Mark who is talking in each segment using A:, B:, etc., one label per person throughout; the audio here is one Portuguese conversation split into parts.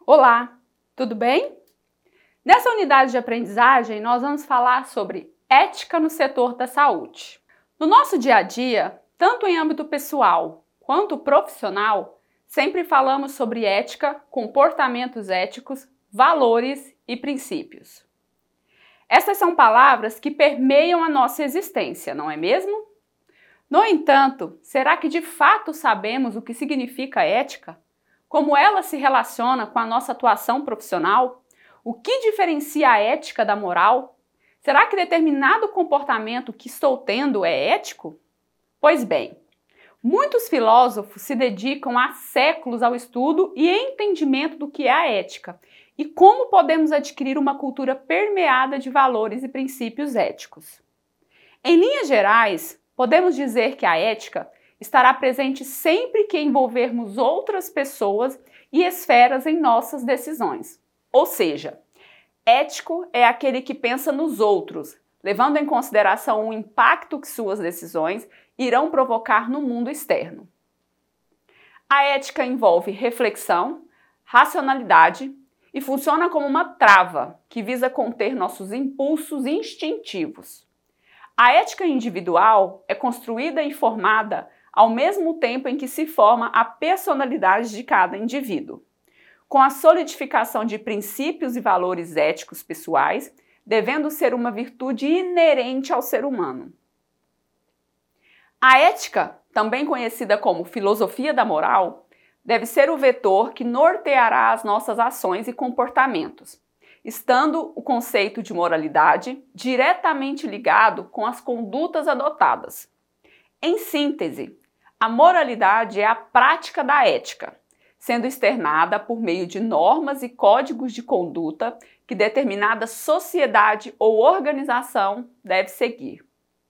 A: Olá, tudo bem? Nessa unidade de aprendizagem, nós vamos falar sobre ética no setor da saúde. No nosso dia a dia, tanto em âmbito pessoal quanto profissional, sempre falamos sobre ética, comportamentos éticos, valores e princípios. Essas são palavras que permeiam a nossa existência, não é mesmo? No entanto, será que de fato sabemos o que significa ética? Como ela se relaciona com a nossa atuação profissional? O que diferencia a ética da moral? Será que determinado comportamento que estou tendo é ético? Pois bem, muitos filósofos se dedicam há séculos ao estudo e entendimento do que é a ética e como podemos adquirir uma cultura permeada de valores e princípios éticos. Em linhas gerais, podemos dizer que a ética estará presente sempre que envolvermos outras pessoas e esferas em nossas decisões. Ou seja, ético é aquele que pensa nos outros, levando em consideração o impacto que suas decisões irão provocar no mundo externo. A ética envolve reflexão, racionalidade e funciona como uma trava que visa conter nossos impulsos instintivos. A ética individual é construída e formada ao mesmo tempo em que se forma a personalidade de cada indivíduo, com a solidificação de princípios e valores éticos pessoais, devendo ser uma virtude inerente ao ser humano. A ética, também conhecida como filosofia da moral, deve ser o vetor que norteará as nossas ações e comportamentos, estando o conceito de moralidade diretamente ligado com as condutas adotadas. Em síntese, a moralidade é a prática da ética, sendo externada por meio de normas e códigos de conduta que determinada sociedade ou organização deve seguir.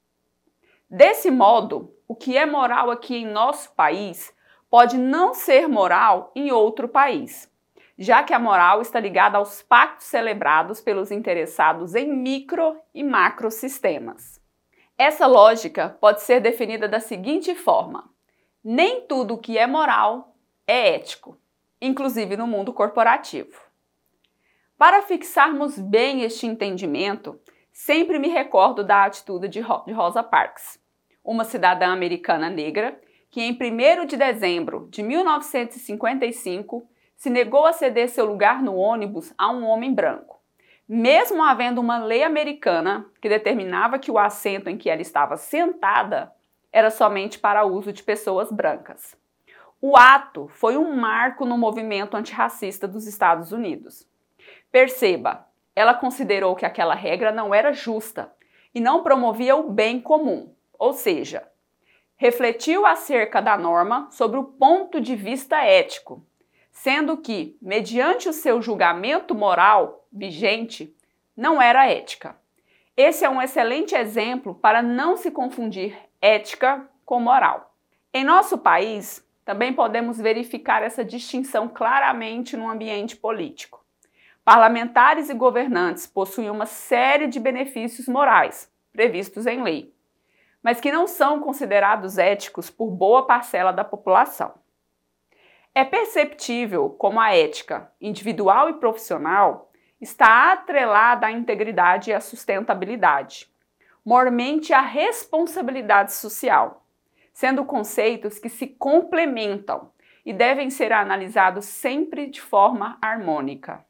A: Desse modo, o que é moral aqui em nosso país pode não ser moral em outro país, já que a moral está ligada aos pactos celebrados pelos interessados em micro e macrosistemas. Essa lógica pode ser definida da seguinte forma: nem tudo que é moral é ético, inclusive no mundo corporativo. Para fixarmos bem este entendimento, sempre me recordo da atitude de Rosa Parks, uma cidadã americana negra que em 1º de dezembro de 1955 se negou a ceder seu lugar no ônibus a um homem branco, mesmo havendo uma lei americana que determinava que o assento em que ela estava sentada era somente para uso de pessoas brancas. O ato foi um marco no movimento antirracista dos Estados Unidos. Perceba, ela considerou que aquela regra não era justa e não promovia o bem comum, ou seja, refletiu acerca da norma sobre o ponto de vista ético, sendo que, mediante o seu julgamento moral vigente, não era ética. Esse é um excelente exemplo para não se confundir ética com moral. Em nosso país, também podemos verificar essa distinção claramente no ambiente político. Parlamentares e governantes possuem uma série de benefícios morais, previstos em lei, mas que não são considerados éticos por boa parcela da população. É perceptível como a ética individual e profissional está atrelada à integridade e à sustentabilidade, mormente à responsabilidade social, sendo conceitos que se complementam e devem ser analisados sempre de forma harmônica.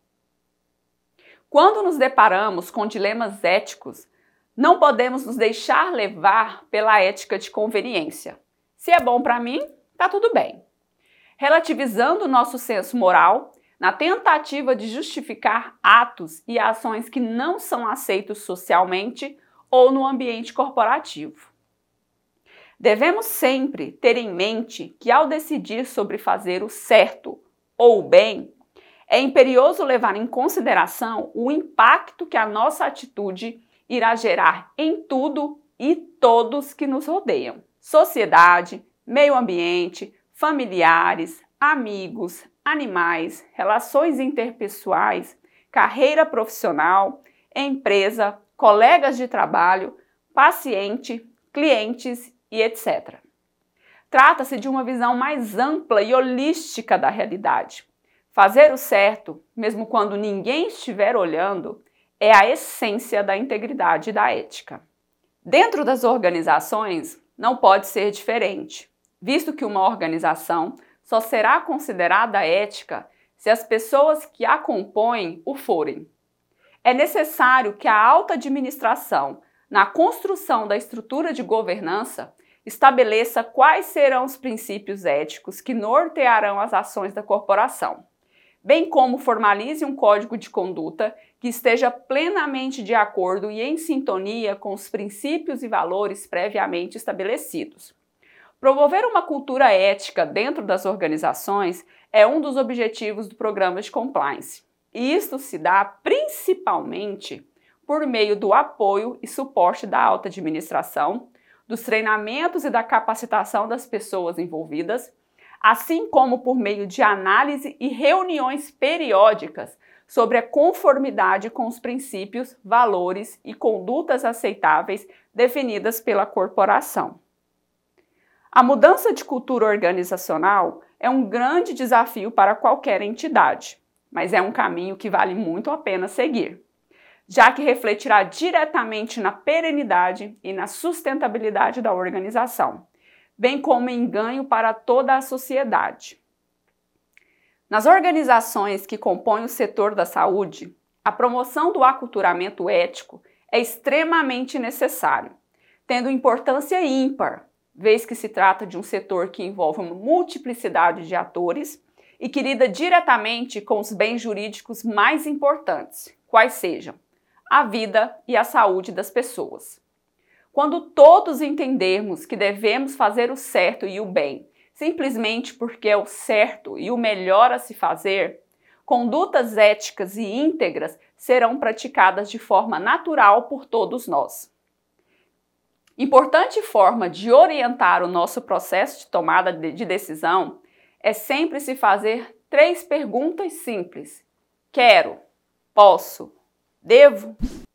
A: Quando nos deparamos com dilemas éticos, não podemos nos deixar levar pela ética de conveniência. Se é bom para mim, tá tudo bem. Relativizando o nosso senso moral na tentativa de justificar atos e ações que não são aceitos socialmente ou no ambiente corporativo. Devemos sempre ter em mente que, ao decidir sobre fazer o certo ou o bem, é imperioso levar em consideração o impacto que a nossa atitude irá gerar em tudo e todos que nos rodeiam: sociedade, meio ambiente, familiares, amigos, animais, relações interpessoais, carreira profissional, empresa, colegas de trabalho, paciente, clientes e etc. Trata-se de uma visão mais ampla e holística da realidade, Fazer o certo, mesmo quando ninguém estiver olhando, é a essência da integridade e da ética. Dentro das organizações, não pode ser diferente, visto que uma organização só será considerada ética se as pessoas que a compõem o forem. É necessário que a alta administração, na construção da estrutura de governança, estabeleça quais serão os princípios éticos que nortearão as ações da corporação, bem como formalize um código de conduta que esteja plenamente de acordo e em sintonia com os princípios e valores previamente estabelecidos. Promover uma cultura ética dentro das organizações é um dos objetivos do programa de compliance. E isto se dá principalmente por meio do apoio e suporte da alta administração, dos treinamentos e da capacitação das pessoas envolvidas, assim como por meio de análise e reuniões periódicas sobre a conformidade com os princípios, valores e condutas aceitáveis definidas pela corporação. A mudança de cultura organizacional é um grande desafio para qualquer entidade, mas é um caminho que vale muito a pena seguir, já que refletirá diretamente na perenidade e na sustentabilidade da organização, bem como em ganho para toda a sociedade. Nas organizações que compõem o setor da saúde, a promoção do aculturamento ético é extremamente necessário, tendo importância ímpar, vez que se trata de um setor que envolve uma multiplicidade de atores e que lida diretamente com os bens jurídicos mais importantes, quais sejam a vida e a saúde das pessoas. Quando todos entendermos que devemos fazer o certo e o bem, simplesmente porque é o certo e o melhor a se fazer, condutas éticas e íntegras serão praticadas de forma natural por todos nós. Importante forma de orientar o nosso processo de tomada de decisão é sempre se fazer 3 perguntas simples: quero, posso, devo?